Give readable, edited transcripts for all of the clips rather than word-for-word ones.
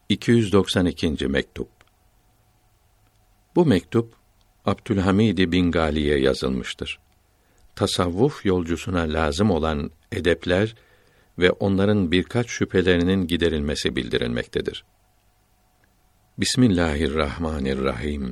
292. mektup. Bu mektup Abdülhamid bin Gali'ye yazılmıştır. Tasavvuf yolcusuna lazım olan edepler ve onların birkaç şüphelerinin giderilmesi bildirilmektedir. Bismillahirrahmanirrahim.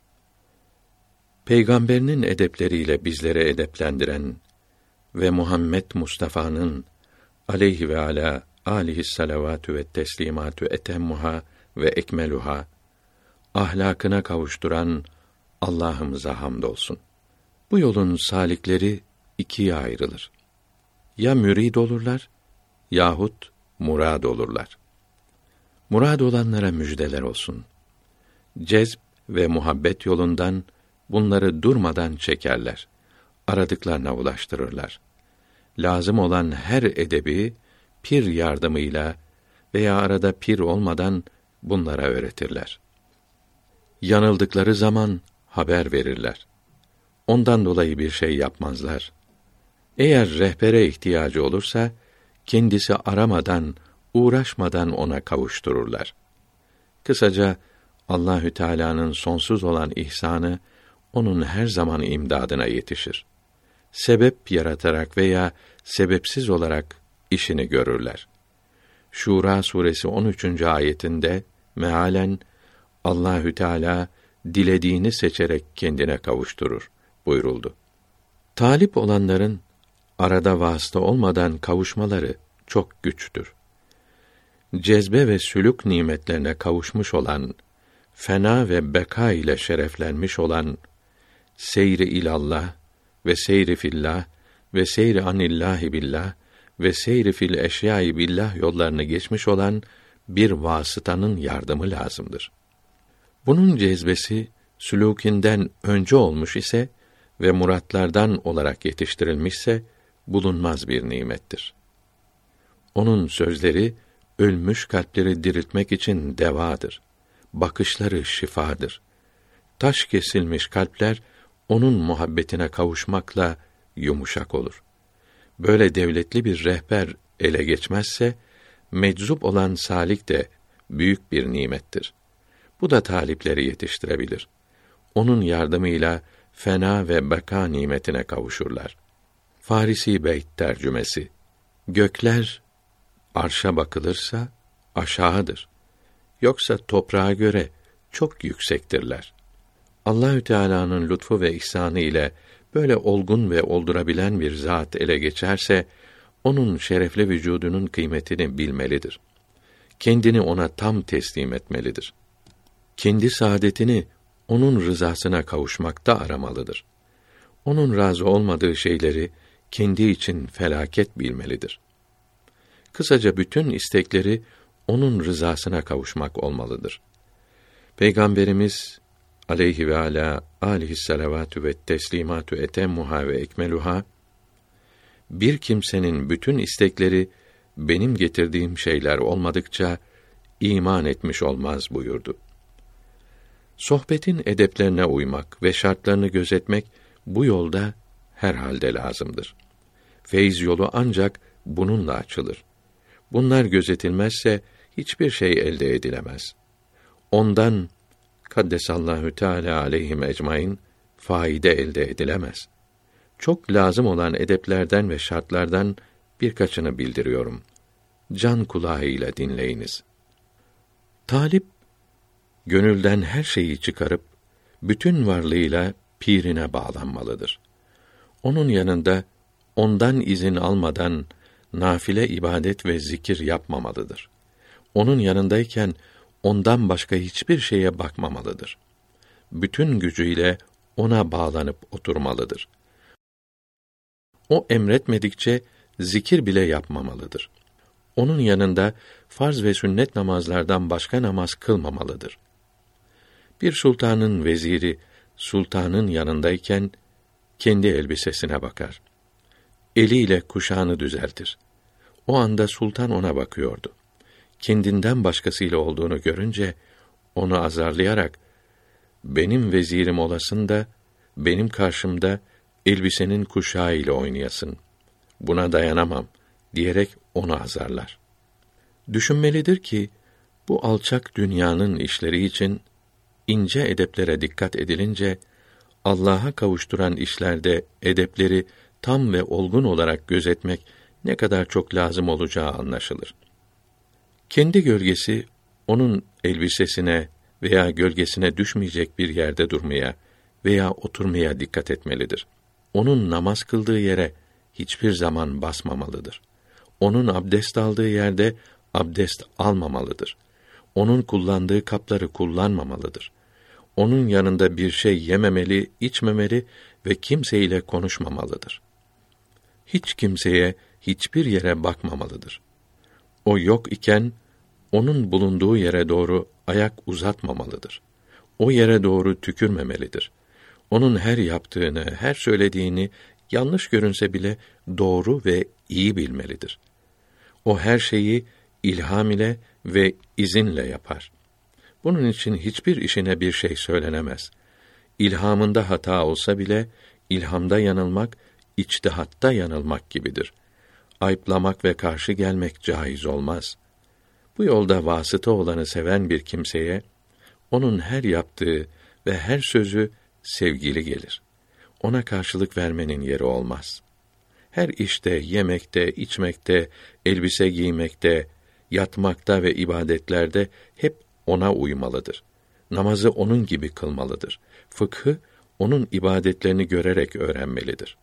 Peygamberinin edepleriyle bizlere edeplendiren ve Muhammed Mustafa'nın aleyhi ve ala aleyhissalavatü ve teslimatü etemmuha ve ekmeluha ahlakına kavuşturan Allah'ımıza hamdolsun. Bu yolun salikleri ikiye ayrılır. Ya mürid olurlar yahut murad olurlar. Murad olanlara müjdeler olsun. Cezb ve muhabbet yolundan bunları durmadan çekerler. Aradıklarına ulaştırırlar. Lazım olan her edebi pir yardımıyla veya arada pir olmadan bunlara öğretirler. Yanıldıkları zaman haber verirler. Ondan dolayı bir şey yapmazlar. Eğer rehbere ihtiyacı olursa kendisi aramadan, uğraşmadan ona kavuştururlar. Kısaca Allahü Teala'nın sonsuz olan ihsanı onun her zaman imdadına yetişir. Sebep yaratarak veya sebepsiz olarak işini görürler. Şura suresi 13. ayetinde mealen Allahü Teala dilediğini seçerek kendine kavuşturur buyuruldu. Talip olanların arada vasıta olmadan kavuşmaları çok güçtür. Cezbe ve sülük nimetlerine kavuşmuş olan, fena ve beka ile şereflenmiş olan, seyri ilallah ve seyri fillah ve seyri anillahi billah ve seyri fil eşyai billah yollarını geçmiş olan bir vasıtanın yardımı lazımdır. Bunun cezbesi sülûkinden önce olmuş ise ve muratlardan olarak yetiştirilmişse bulunmaz bir nimettir. Onun sözleri ölmüş kalpleri diriltmek için devadır. Bakışları şifadır. Taş kesilmiş kalpler onun muhabbetine kavuşmakla yumuşak olur. Böyle devletli bir rehber ele geçmezse meczup olan salik de büyük bir nimettir. Bu da talipleri yetiştirebilir. Onun yardımıyla fena ve beka nimetine kavuşurlar. Farisi Beyt tercümesi: Gökler arşa bakılırsa aşağıdır. Yoksa toprağa göre çok yüksektirler. Allahü Teala'nın lütfu ve ihsanı ile böyle olgun ve oldurabilen bir zat ele geçerse onun şerefli vücudunun kıymetini bilmelidir. Kendini ona tam teslim etmelidir. Kendi saadetini onun rızasına kavuşmakta aramalıdır. Onun razı olmadığı şeyleri kendi için felaket bilmelidir. Kısaca bütün istekleri onun rızasına kavuşmak olmalıdır. Peygamberimiz aleyhi ve ala aleyhissalavatü ve teslimatü etemmuha ve ekmeluha, bir kimsenin bütün istekleri benim getirdiğim şeyler olmadıkça iman etmiş olmaz buyurdu. Sohbetin edeplerine uymak ve şartlarını gözetmek bu yolda herhalde lazımdır. Feyz yolu ancak bununla açılır. Bunlar gözetilmezse hiçbir şey elde edilemez. Ondan kaddesallahu teâlâ aleyhim ecmaîn faide elde edilemez. Çok lazım olan edeplerden ve şartlardan birkaçını bildiriyorum. Can kulağıyla dinleyiniz. Talip gönülden her şeyi çıkarıp bütün varlığıyla pirine bağlanmalıdır. Onun yanında ondan izin almadan nafile ibadet ve zikir yapmamalıdır. Onun yanındayken ondan başka hiçbir şeye bakmamalıdır. Bütün gücüyle ona bağlanıp oturmalıdır. O emretmedikçe zikir bile yapmamalıdır. Onun yanında farz ve sünnet namazlardan başka namaz kılmamalıdır. Bir sultanın veziri sultanın yanındayken kendi elbisesine bakar. Eliyle kuşağını düzeltir. O anda sultan ona bakıyordu. Kendinden başkasıyla olduğunu görünce onu azarlayarak benim vezirim olasın da benim karşımda elbisenin kuşağı ile oynayasın. Buna dayanamam diyerek onu azarlar. Düşünmelidir ki Bu alçak dünyanın işleri için ince edeplere dikkat edilince Allah'a kavuşturan işlerde edepleri tam ve olgun olarak gözetmek ne kadar çok lazım olacağı anlaşılır. Kendi gölgesi onun elbisesine veya gölgesine düşmeyecek bir yerde durmaya veya oturmaya dikkat etmelidir. Onun namaz kıldığı yere hiçbir zaman basmamalıdır. Onun abdest aldığı yerde abdest almamalıdır. Onun kullandığı kapları kullanmamalıdır. Onun yanında bir şey yememeli, içmemeli ve kimseyle konuşmamalıdır. Hiç kimseye, hiçbir yere bakmamalıdır. O yok iken, onun bulunduğu yere doğru ayak uzatmamalıdır. O yere doğru tükürmemelidir. Onun her yaptığını, her söylediğini, yanlış görünse bile doğru ve iyi bilmelidir. O her şeyi ilham ile ve izinle yapar. Bunun için hiçbir işine bir şey söylenemez. İlhamında hata olsa bile, ilhamda yanılmak, içtihatta yanılmak gibidir. Ayıplamak ve karşı gelmek caiz olmaz. Bu yolda vasıta olanı seven bir kimseye, onun her yaptığı ve her sözü sevgili gelir. Ona karşılık vermenin yeri olmaz. Her işte, yemekte, içmekte, elbise giymekte, yatmakta ve ibadetlerde hep ona uymalıdır. Namazı onun gibi kılmalıdır. Fıkhı onun ibadetlerini görerek öğrenmelidir.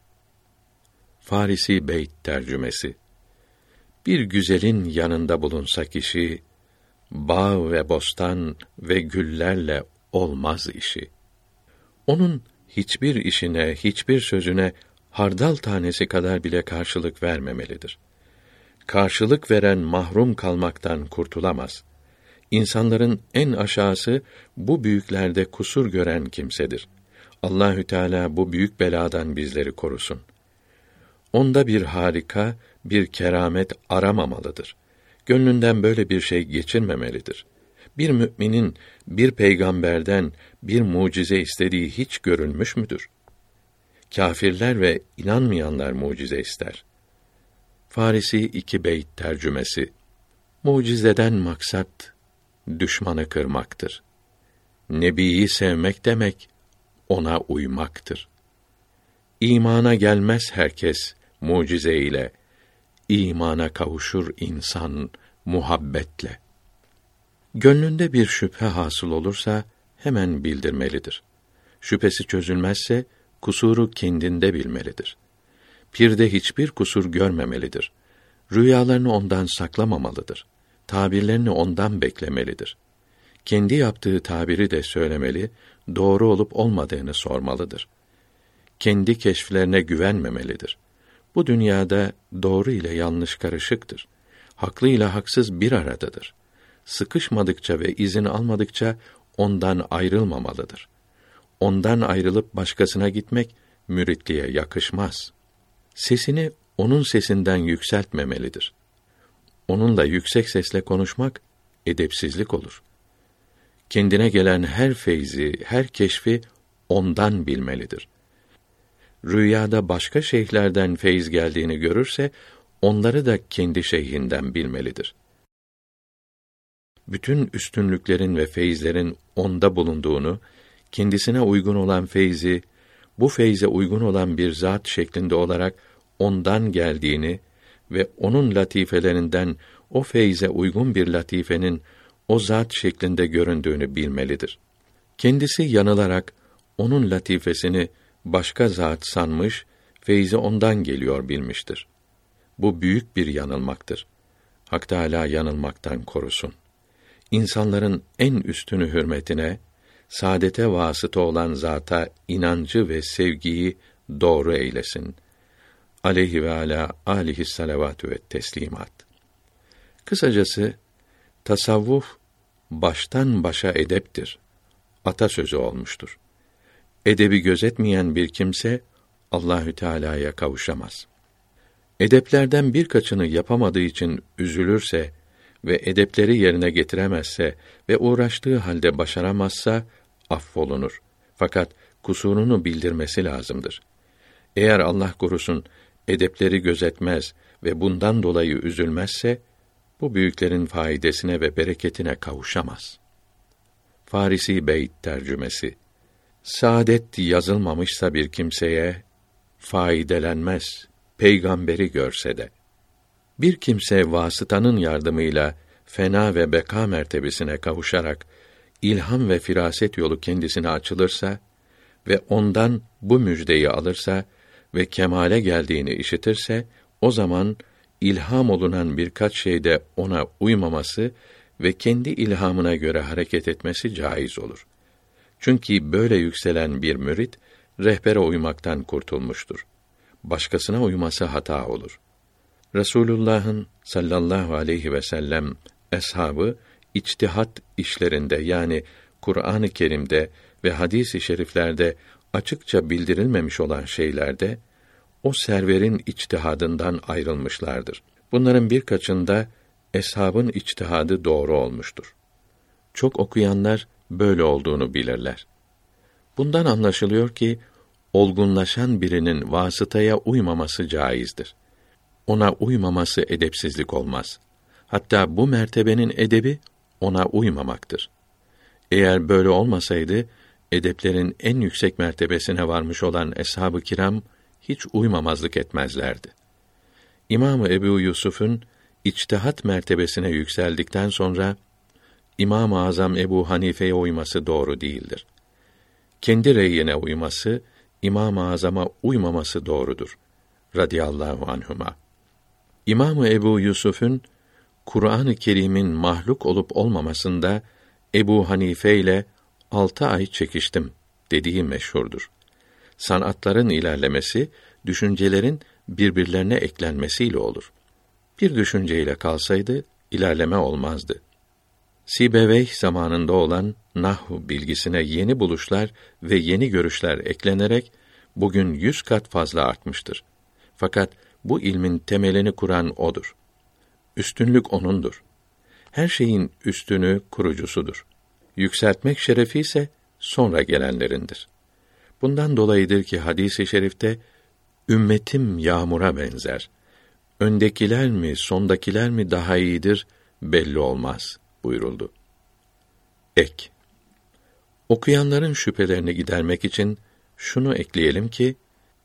Farisi Beyt tercümesi. Bir güzelin yanında bulunsa kişi, bağ ve bostan ve güllerle olmaz işi. Onun hiçbir işine, hiçbir sözüne hardal tanesi kadar bile karşılık vermemelidir. Karşılık veren mahrum kalmaktan kurtulamaz. İnsanların en aşağısı bu büyüklerde kusur gören kimsedir. Allahü Teala bu büyük beladan bizleri korusun. Onda bir harika, bir keramet aramamalıdır. Gönlünden böyle bir şey geçirmemelidir. Bir müminin bir peygamberden bir mucize istediği hiç görülmüş müdür? Kâfirler ve inanmayanlar mucize ister. Farisi 2 Beyt tercümesi. Mucizeden maksat düşmanı kırmaktır. Nebiyi sevmek demek ona uymaktır. İmana gelmez herkes mucize ile. İmana kavuşur insan muhabbetle. Gönlünde bir şüphe hasıl olursa hemen bildirmelidir. Şüphesi çözülmezse kusuru kendinde bilmelidir. Pirde hiçbir kusur görmemelidir. Rüyalarını ondan saklamamalıdır. Tabirlerini ondan beklemelidir. Kendi yaptığı tabiri de söylemeli, doğru olup olmadığını sormalıdır. Kendi keşflerine güvenmemelidir. Bu dünyada doğru ile yanlış karışıktır. Haklı ile haksız bir aradadır. Sıkışmadıkça ve izin almadıkça ondan ayrılmamalıdır. Ondan ayrılıp başkasına gitmek müritliğe yakışmaz. Sesini onun sesinden yükseltmemelidir. Onunla yüksek sesle konuşmak edepsizlik olur. Kendine gelen her feyzi, her keşfi ondan bilmelidir. Rüyada başka şeyhlerden feyz geldiğini görürse onları da kendi şeyhinden bilmelidir. Bütün üstünlüklerin ve feyizlerin onda bulunduğunu, kendisine uygun olan feyzi, bu feyze uygun olan bir zat şeklinde olarak ondan geldiğini ve onun latifelerinden o feyze uygun bir latifenin o zat şeklinde göründüğünü bilmelidir. Kendisi yanılarak onun latifesini başka zat sanmış, feyzi ondan geliyor bilmiştir. Bu büyük bir yanılmaktır. Hak Teâlâ yanılmaktan korusun. İnsanların en üstünü hürmetine, saadete vasıta olan zata inancı ve sevgiyi doğru eylesin. Aleyhi ve alâ âlihi salavatü ve teslimat. Kısacası, tasavvuf, baştan başa edeptir. Atasözü olmuştur. Edebi gözetmeyen bir kimse, Allahü Teâlâ'ya kavuşamaz. Edeplerden birkaçını yapamadığı için üzülürse ve edepleri yerine getiremezse ve uğraştığı halde başaramazsa, affolunur. Fakat kusurunu bildirmesi lazımdır. Eğer Allah korusun, edepleri gözetmez ve bundan dolayı üzülmezse, bu büyüklerin faidesine ve bereketine kavuşamaz. Farisi Beyt tercümesi: Saadet yazılmamışsa bir kimseye faydelenmez, peygamberi görse de. Bir kimse vasıtanın yardımıyla fena ve beka mertebesine kavuşarak ilham ve firaset yolu kendisine açılırsa ve ondan bu müjdeyi alırsa ve kemale geldiğini işitirse, o zaman ilham olunan birkaç şeyde ona uymaması ve kendi ilhamına göre hareket etmesi caiz olur. Çünkü böyle yükselen bir mürit rehbere uymaktan kurtulmuştur. Başkasına uyması hata olur. Resulullah'ın sallallahu aleyhi ve sellem eshabı içtihat işlerinde, yani Kur'an-ı Kerim'de ve hadis-i şeriflerde açıkça bildirilmemiş olan şeylerde o serverin içtihadından ayrılmışlardır. Bunların birkaçında eshabın içtihadı doğru olmuştur. Çok okuyanlar böyle olduğunu bilirler. Bundan anlaşılıyor ki olgunlaşan birinin vasıtaya uymaması caizdir. Ona uymaması edepsizlik olmaz. Hatta bu mertebenin edebi ona uymamaktır. Eğer böyle olmasaydı, edeplerin en yüksek mertebesine varmış olan eshab-ı kiram hiç uymamazlık etmezlerdi. İmam-ı Ebu Yusuf'un içtihat mertebesine yükseldikten sonra İmam-ı Azam Ebu Hanife'ye uyması doğru değildir. Kendi reyine uyması, İmam-ı Azam'a uymaması doğrudur. Radiyallahu anhuma. İmam-ı Ebu Yusuf'un Kur'an-ı Kerim'in mahluk olup olmamasında Ebu Hanife ile 6 ay çekiştim dediği meşhurdur. Sanatların ilerlemesi, düşüncelerin birbirlerine eklenmesiyle olur. Bir düşünceyle kalsaydı, ilerleme olmazdı. Sibeveyh zamanında olan nahv bilgisine yeni buluşlar ve yeni görüşler eklenerek, bugün 100 kat fazla artmıştır. Fakat bu ilmin temelini kuran odur. Üstünlük onundur. Her şeyin üstünü, kurucusudur. Yükseltmek şerefi ise sonra gelenlerindir. Bundan dolayıdır ki hadis-i şerifte ümmetim yağmura benzer. Öndekiler mi, sondakiler mi daha iyidir belli olmaz buyuruldu. Ek. Okuyanların şüphelerini gidermek için şunu ekleyelim ki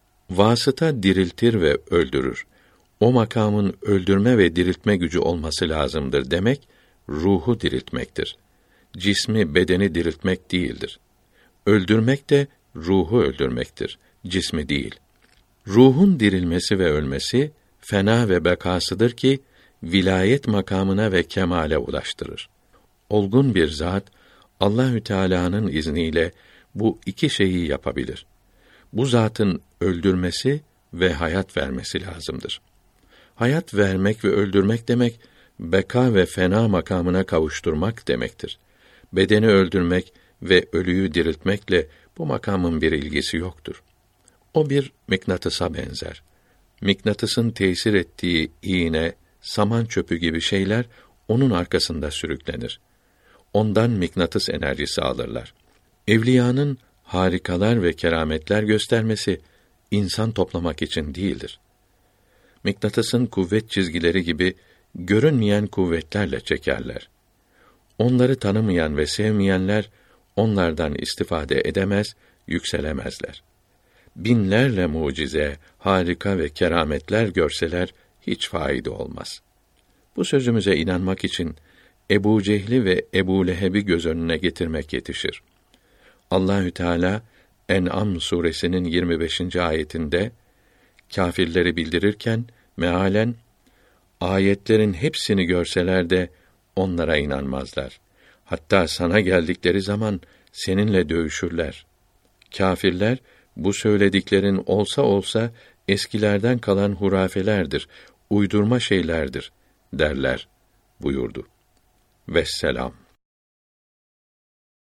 vasıta diriltir ve öldürür. O makamın öldürme ve diriltme gücü olması lazımdır demek, ruhu diriltmektir. Cismi, bedeni diriltmek değildir. Öldürmek de ruhu öldürmektir, cismi değil. Ruhun dirilmesi ve ölmesi fena ve bekasıdır ki vilayet makamına ve kemale ulaştırır. Olgun bir zat Allahü Teala'nın izniyle bu iki şeyi yapabilir. Bu zatın öldürmesi ve hayat vermesi lazımdır. Hayat vermek ve öldürmek demek, beka ve fena makamına kavuşturmak demektir. Bedeni öldürmek ve ölüyü diriltmekle bu makamın bir ilgisi yoktur. O bir mıknatısa benzer. Mıknatısın tesir ettiği iğne, saman çöpü gibi şeyler onun arkasında sürüklenir. Ondan mıknatıs enerjisi alırlar. Evliyanın harikalar ve kerametler göstermesi insan toplamak için değildir. Mıknatısın kuvvet çizgileri gibi görünmeyen kuvvetlerle çekerler. Onları tanımayan ve sevmeyenler onlardan istifade edemez, yükselemezler. Binlerle mucize, harika ve kerametler görseler hiç faide olmaz. Bu sözümüze inanmak için Ebu Cehli ve Ebu Leheb'i göz önüne getirmek yetişir. Allahü Teala En'am suresinin 25. ayetinde kâfirleri bildirirken mealen ayetlerin hepsini görseler de onlara inanmazlar. Hatta sana geldikleri zaman seninle dövüşürler. Kâfirler bu söylediklerin olsa olsa eskilerden kalan hurafelerdir, uydurma şeylerdir derler buyurdu. Vesselam.